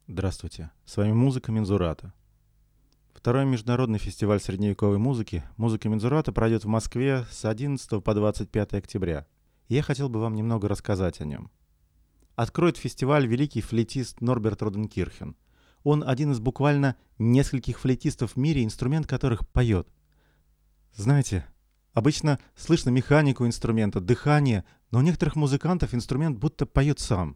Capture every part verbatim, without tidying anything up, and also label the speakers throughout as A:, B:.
A: Здравствуйте, с вами музыка Мензурата. Второй международный фестиваль средневековой музыки «Музыка Мензурата» пройдет в Москве с одиннадцатого по двадцать пятое октября. И я хотел бы вам немного рассказать о нем. Откроет фестиваль великий флейтист Норберт Роденкирхен. Он один из буквально нескольких флейтистов в мире, инструмент которых поет. Знаете, обычно слышно механику инструмента, дыхание, но у некоторых музыкантов инструмент будто поет сам.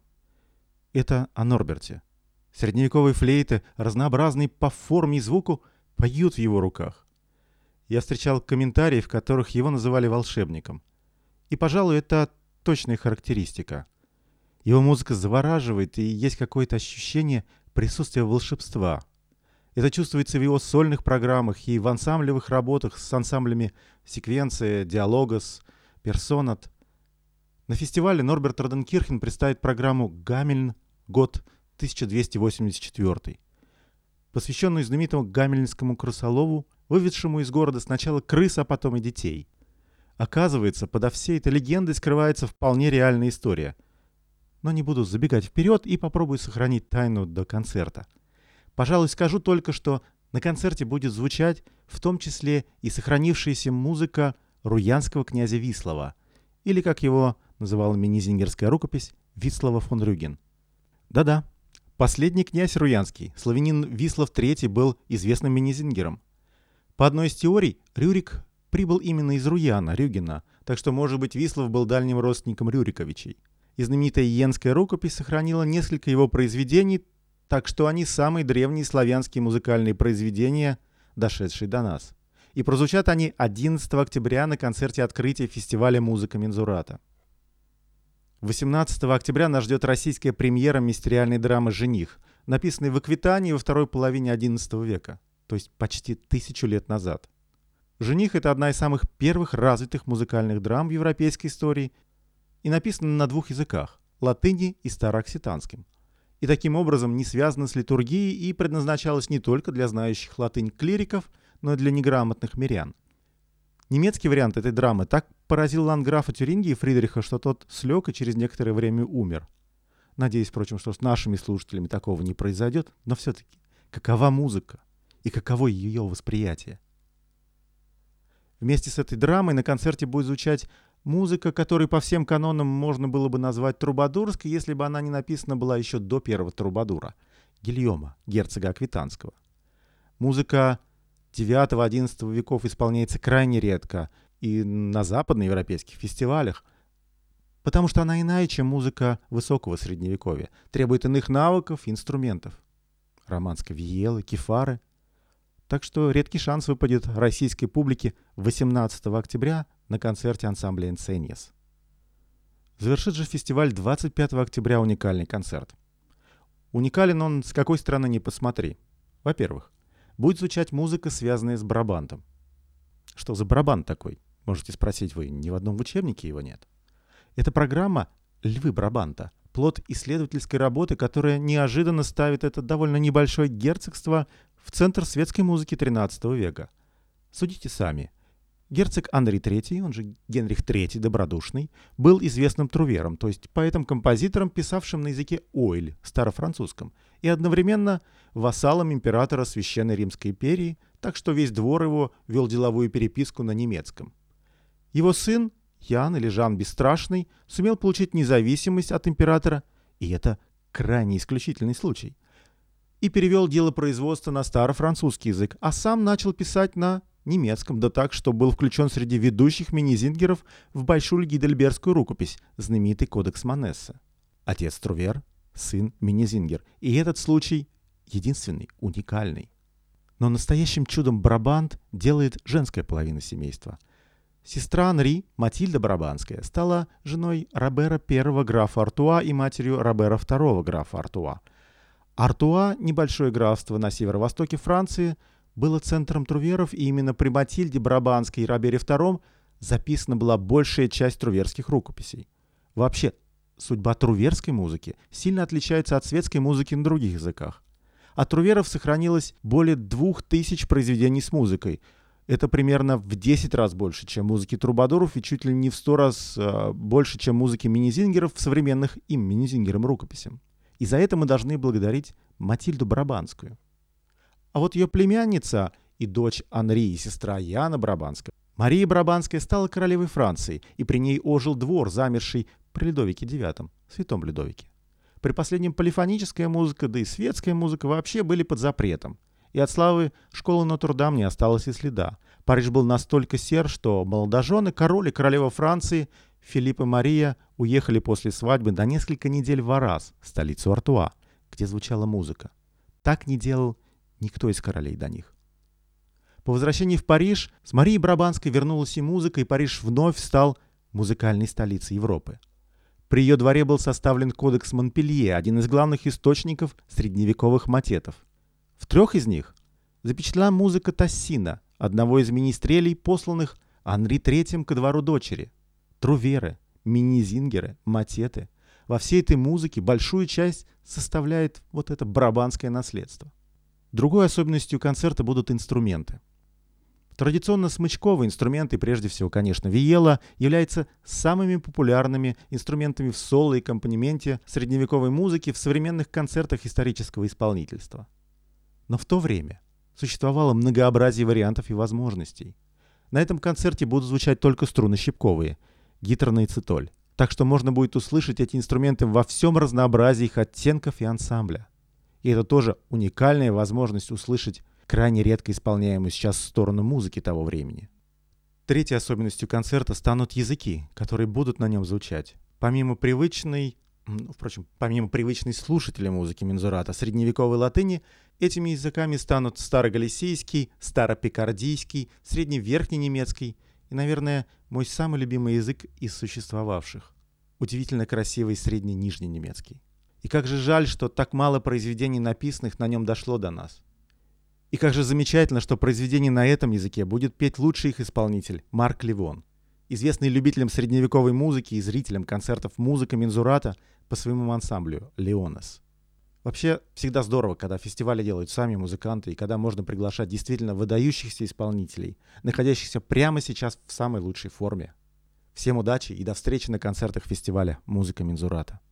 A: Это о Норберте. Средневековые флейты, разнообразные по форме и звуку, поют в его руках. Я встречал комментарии, в которых его называли волшебником. И, пожалуй, это точная характеристика. Его музыка завораживает, и есть какое-то ощущение присутствия волшебства. Это чувствуется в его сольных программах и в ансамблевых работах с ансамблями «Секвенция», «Диалогос», «Персонат». На фестивале Норберт Роденкирхен представит программу «Гамельн. Год тысяча двести восемьдесят четвёртый», посвященную знаменитому гамельнскому крысолову, выведшему из города сначала крыс, а потом и детей. Оказывается, подо всей этой легендой скрывается вполне реальная история. Но не буду забегать вперед и попробую сохранить тайну до концерта. Пожалуй, скажу только, что на концерте будет звучать в том числе и сохранившаяся музыка руянского князя Вислова, или, как его называла миннезингерская рукопись, Вислова фон Рюген. Да-да. Последний князь руянский, славянин Вислав третий, был известным миннезингером. По одной из теорий, Рюрик прибыл именно из Руяна, Рюгена, так что, может быть, Вислав был дальним родственником Рюриковичей. И знаменитая Йенская рукопись сохранила несколько его произведений, так что они самые древние славянские музыкальные произведения, дошедшие до нас. И прозвучат они одиннадцатого октября на концерте открытия фестиваля «Музыка Мензурата». восемнадцатого октября нас ждет российская премьера мистериальной драмы «Жених», написанной в Аквитании во второй половине одиннадцатого века, то есть почти тысячу лет назад. «Жених» — это одна из самых первых развитых музыкальных драм в европейской истории и написана на двух языках — латыни и староокситанском. И таким образом не связана с литургией и предназначалась не только для знающих латынь клириков, но и для неграмотных мирян. Немецкий вариант этой драмы так поразил ландграфа Тюрингии Фридриха, что тот слег и через некоторое время умер. Надеюсь, впрочем, что с нашими слушателями такого не произойдет, но все-таки, какова музыка и каково ее восприятие? Вместе с этой драмой на концерте будет звучать музыка, которой по всем канонам можно было бы назвать трубадурской, если бы она не написана была еще до первого трубадура — Гильома, герцога Аквитанского. Музыка девятого-одиннадцатого веков исполняется крайне редко и на западноевропейских фестивалях, потому что она иная, чем музыка высокого средневековья, требует иных навыков и инструментов. Романской виелы, кефары. Так что редкий шанс выпадет российской публике восемнадцатого октября на концерте ансамбля «Энсеньес». Завершит же фестиваль двадцать пятого октября уникальный концерт. Уникален он с какой стороны ни посмотри. Во-первых, будет звучать музыка, связанная с барабантом. Что за барабан такой? Можете спросить вы, ни в одном учебнике его нет. Это программа «Львы Брабанта», плод исследовательской работы, которая неожиданно ставит это довольно небольшое герцогство в центр светской музыки тринадцатого века. Судите сами. Герцог Андрей третий, он же Генрих третий Добродушный, был известным трувером, то есть поэтом-композитором, писавшим на языке ойль, старофранцузском, и одновременно вассалом императора Священной Римской империи, так что весь двор его вел деловую переписку на немецком. Его сын, Ян или Жан Бесстрашный, сумел получить независимость от императора, и это крайне исключительный случай, и перевел дело производства на старофранцузский язык, а сам начал писать на немецком, да так, что был включен среди ведущих миннезингеров в большую гейдельбергскую рукопись, знаменитый кодекс Манесса. Отец трувер, сын миннезингер. И этот случай единственный, уникальный. Но настоящим чудом Брабант делает женская половина семейства. Сестра Анри, Матильда Брабанская, стала женой Робера первого графа Артуа и матерью Робера второго графа Артуа. Артуа, небольшое графство на северо-востоке Франции, было центром труверов, и именно при Матильде Брабанской и Робере втором записана была большая часть труверских рукописей. Вообще, судьба труверской музыки сильно отличается от светской музыки на других языках. От труверов сохранилось более двух тысяч произведений с музыкой. Это примерно в десять раз больше, чем музыки трубадуров, и чуть ли не в сто раз э, больше, чем музыки миннезингеров в современных им миннезингерам рукописям. И за это мы должны благодарить Матильду Брабанскую. А вот ее племянница и дочь Анри, и сестра Яна Брабанская, Мария Брабанская, стала королевой Франции, и при ней ожил двор, замерший при Людовике девятом, святом Людовике. При последнем полифоническая музыка, да и светская музыка вообще были под запретом. И от славы школы Нотр-Дам не осталось и следа. Париж был настолько сер, что молодожены, король и королева Франции Филипп и Мария уехали после свадьбы на несколько недель в Арас, столицу Артуа, где звучала музыка. Так не делал никто из королей до них. По возвращении в Париж с Марией Брабанской вернулась и музыка, и Париж вновь стал музыкальной столицей Европы. При ее дворе был составлен кодекс Монпелье, один из главных источников средневековых мотетов. В трех из них запечатлена музыка Тассина, одного из министрелей, посланных Анри третьим ко двору дочери. Труверы, мини-зингеры, мотеты. Во всей этой музыке большую часть составляет вот это брабанское наследство. Другой особенностью концерта будут инструменты. Традиционно смычковые инструменты, прежде всего, конечно, виела, являются самыми популярными инструментами в соло и аккомпанементе средневековой музыки в современных концертах исторического исполнительства. Но в то время существовало многообразие вариантов и возможностей. На этом концерте будут звучать только струнно-щипковые, гитарный цитоль. Так что можно будет услышать эти инструменты во всем разнообразии их оттенков и ансамбля. И это тоже уникальная возможность услышать крайне редко исполняемую сейчас сторону музыки того времени. Третьей особенностью концерта станут языки, которые будут на нем звучать. Помимо привычной, ну, впрочем, помимо привычной слушателя музыки мензурата средневековой латыни, этими языками станут старогалисийский, старопикардийский, средневерхний немецкий и, наверное, мой самый любимый язык из существовавших – удивительно красивый средне-нижний немецкий. И как же жаль, что так мало произведений, написанных на нем, дошло до нас. И как же замечательно, что произведение на этом языке будет петь лучший их исполнитель Марк Левон, известный любителям средневековой музыки и зрителям концертов музыка мензурата по своему ансамблю «Леонес». Вообще, всегда здорово, когда фестивали делают сами музыканты и когда можно приглашать действительно выдающихся исполнителей, находящихся прямо сейчас в самой лучшей форме. Всем удачи и до встречи на концертах фестиваля «Музыка мензурата».